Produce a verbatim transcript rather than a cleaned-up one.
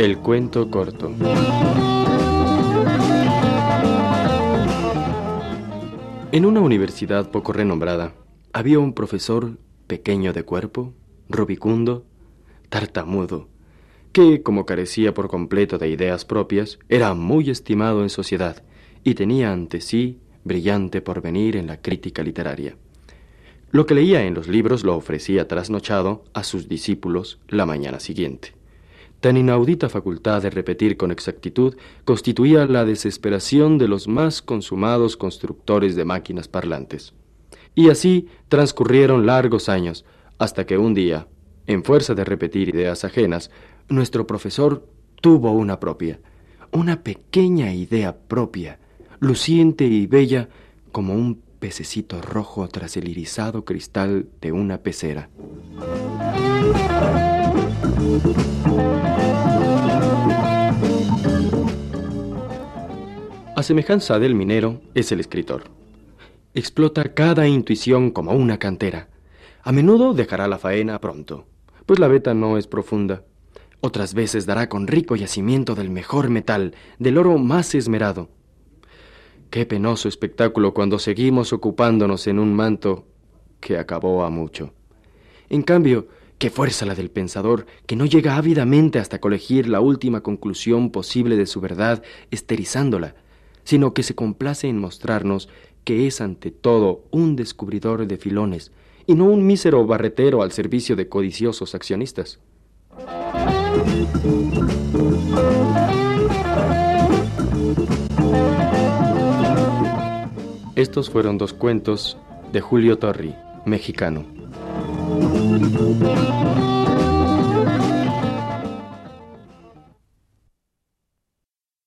El cuento corto. En una universidad poco renombrada, había un profesor pequeño de cuerpo, rubicundo, tartamudo, que, como carecía por completo de ideas propias, era muy estimado en sociedad y tenía ante sí brillante porvenir en la crítica literaria. Lo que leía en los libros lo ofrecía trasnochado a sus discípulos la mañana siguiente. Tan inaudita facultad de repetir con exactitud constituía la desesperación de los más consumados constructores de máquinas parlantes. Y así transcurrieron largos años, hasta que un día, en fuerza de repetir ideas ajenas, nuestro profesor tuvo una propia, una pequeña idea propia, luciente y bella como un pececito rojo tras el irisado cristal de una pecera. A semejanza del minero es el escritor. Explota cada intuición como una cantera. A menudo dejará la faena pronto, pues la veta no es profunda. Otras veces dará con rico yacimiento del mejor metal, del oro más esmerado. Qué penoso espectáculo cuando seguimos ocupándonos en un manto que acabó a mucho. En cambio, qué fuerza la del pensador, que no llega ávidamente hasta colegir la última conclusión posible de su verdad, esterizándola, sino que se complace en mostrarnos que es ante todo un descubridor de filones, y no un mísero barretero al servicio de codiciosos accionistas. Estos fueron dos cuentos de Julio Torri, mexicano.